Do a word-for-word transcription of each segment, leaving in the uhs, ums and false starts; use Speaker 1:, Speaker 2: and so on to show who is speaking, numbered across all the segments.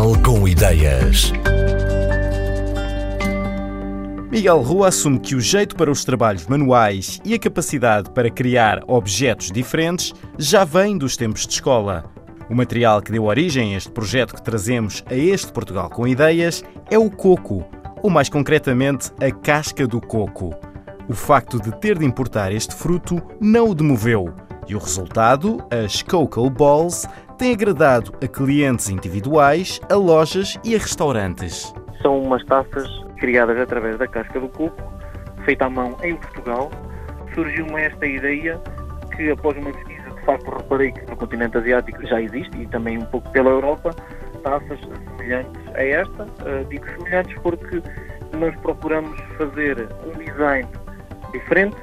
Speaker 1: Portugal com Ideias. Miguel Rua assume que o jeito para os trabalhos manuais e a capacidade para criar objetos diferentes já vem dos tempos de escola. O material que deu origem a este projeto que trazemos a este Portugal com Ideias é o coco, ou mais concretamente a casca do coco. O facto de ter de importar este fruto não o demoveu e o resultado, as Cocoa Balls, tem agradado a clientes individuais, a lojas e a restaurantes.
Speaker 2: São umas taças criadas através da casca do coco, feita à mão em Portugal. Surgiu-me esta ideia que, após uma pesquisa, de facto reparei que no continente asiático já existe, e também um pouco pela Europa, taças semelhantes a esta. Uh, digo semelhantes porque nós procuramos fazer um design diferente.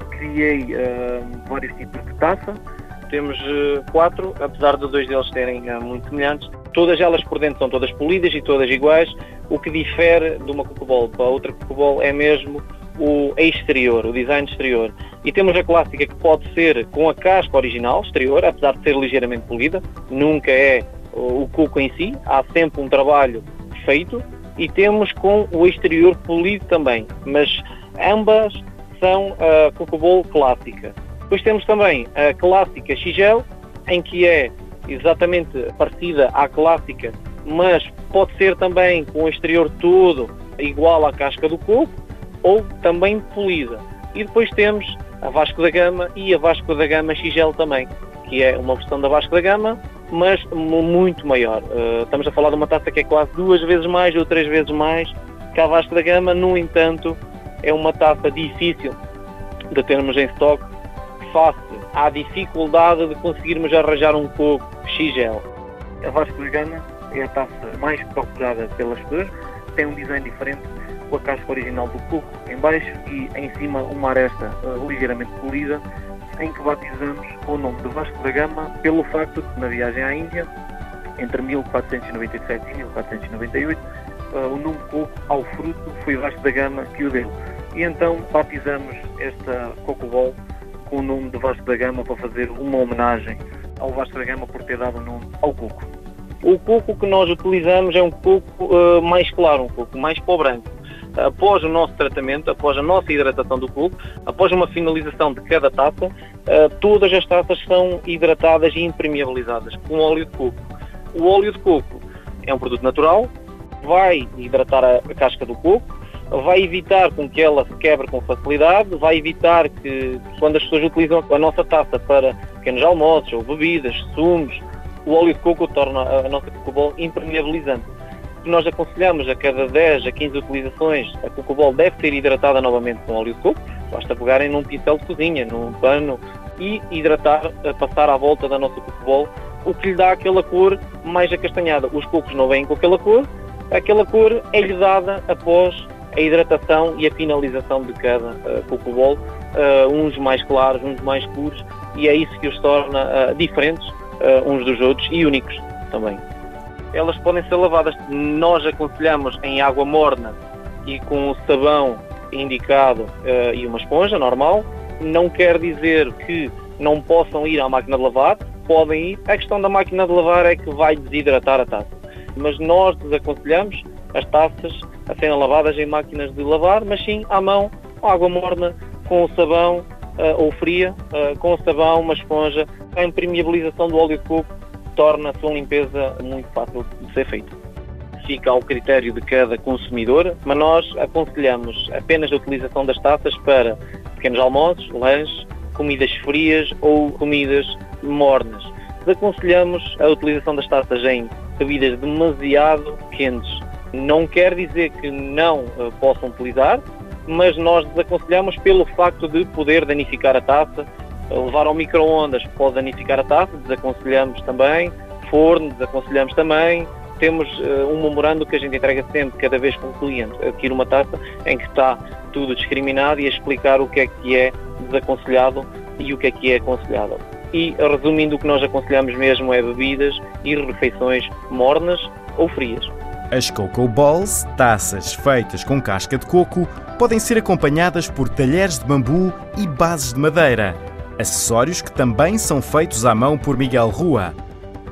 Speaker 2: Criei uh, vários tipos de taça. Temos uh, quatro, apesar de dois deles serem uh, muito semelhantes. Todas elas por dentro são todas polidas e todas iguais. O que difere de uma Coco-Ball para outra Coco-Ball é mesmo o exterior, o design exterior. E temos a clássica, que pode ser com a casca original, exterior, apesar de ser ligeiramente polida. Nunca é o coco em si, há sempre um trabalho feito. E temos com o exterior polido também, mas ambas são a Coco-Ball clássica. Depois temos também a clássica X-Gel, em que é exatamente parecida à clássica, mas pode ser também com o exterior todo igual à casca do coco, ou também polida. E depois temos a Vasco da Gama e a Vasco da Gama X-Gel também, que é uma versão da Vasco da Gama, mas muito maior. Uh, estamos a falar de uma taça que é quase duas vezes mais ou três vezes mais que a Vasco da Gama. No entanto, é uma taça difícil de termos em estoque, face à dificuldade de conseguirmos arranjar um coco X-Gel. A Vasco da Gama é a taça mais procurada pelas pessoas, tem um design diferente, com a casca original do coco em baixo e em cima uma aresta uh, ligeiramente polida, em que batizamos o nome de Vasco da Gama pelo facto de, na viagem à Índia, entre mil quatrocentos e noventa e sete e mil quatrocentos e noventa e oito, uh, o nome coco ao fruto foi Vasco da Gama que o deu. E então batizamos esta Coco-Ball com o nome de Vasco da Gama para fazer uma homenagem ao Vasco da Gama por ter dado o nome ao coco. O coco que nós utilizamos é um coco uh, mais claro, um coco mais para o branco. Após o nosso tratamento, após a nossa hidratação do coco, após uma finalização de cada taça, uh, todas as taças são hidratadas e impermeabilizadas com óleo de coco. O óleo de coco é um produto natural, vai hidratar a, a casca do coco, vai evitar com que ela se quebre com facilidade, vai evitar que, quando as pessoas utilizam a nossa taça para pequenos almoços ou bebidas, sumos, o óleo de coco torna a nossa Coco-Ball impermeabilizante. Nós aconselhamos a cada dez a quinze utilizações, a Coco-Ball deve ser hidratada novamente com óleo de coco. Basta pegarem num pincel de cozinha, num pano, e hidratar, passar à volta da nossa Coco-Ball, o que lhe dá aquela cor mais acastanhada. Os cocos não vêm com aquela cor, aquela cor é-lhe dada após a hidratação e a finalização de cada uh, Coco-Ball, uh, uns mais claros, uns mais escuros, e é isso que os torna uh, diferentes uh, uns dos outros e únicos também. Elas podem ser lavadas, nós aconselhamos em água morna e com o sabão indicado uh, e uma esponja normal. Não quer dizer que não possam ir à máquina de lavar, podem ir. A questão da máquina de lavar é que vai desidratar a taça, mas nós desaconselhamos as taças a serem lavadas em máquinas de lavar, mas sim à mão, com água morna, com o sabão uh, ou fria, uh, com o sabão, uma esponja. A impermeabilização do óleo de coco torna a sua limpeza muito fácil de ser feita. Fica ao critério de cada consumidor, mas nós aconselhamos apenas a utilização das taças para pequenos almoços, lanches, comidas frias ou comidas mornas. Desaconselhamos a utilização das taças em bebidas demasiado quentes. Não quer dizer que não uh, possam utilizar, mas nós desaconselhamos pelo facto de poder danificar a taça. Levar ao micro-ondas pode danificar a taça, desaconselhamos também. Forno, desaconselhamos também. Temos uh, um memorando que a gente entrega sempre, cada vez que um cliente adquire uma taça, em que está tudo discriminado e a explicar o que é que é desaconselhado e o que é que é aconselhável. E, resumindo, o que nós aconselhamos mesmo é bebidas e refeições mornas ou frias.
Speaker 1: As Cocoa Balls, taças feitas com casca de coco, podem ser acompanhadas por talheres de bambu e bases de madeira, acessórios que também são feitos à mão por Miguel Rua.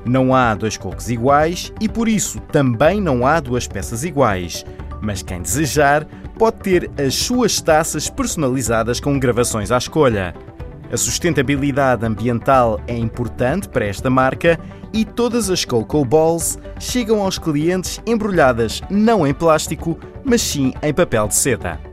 Speaker 1: Não há dois cocos iguais e, por isso, também não há duas peças iguais. Mas quem desejar pode ter as suas taças personalizadas com gravações à escolha. A sustentabilidade ambiental é importante para esta marca e todas as Coco Balls chegam aos clientes embrulhadas não em plástico, mas sim em papel de seda.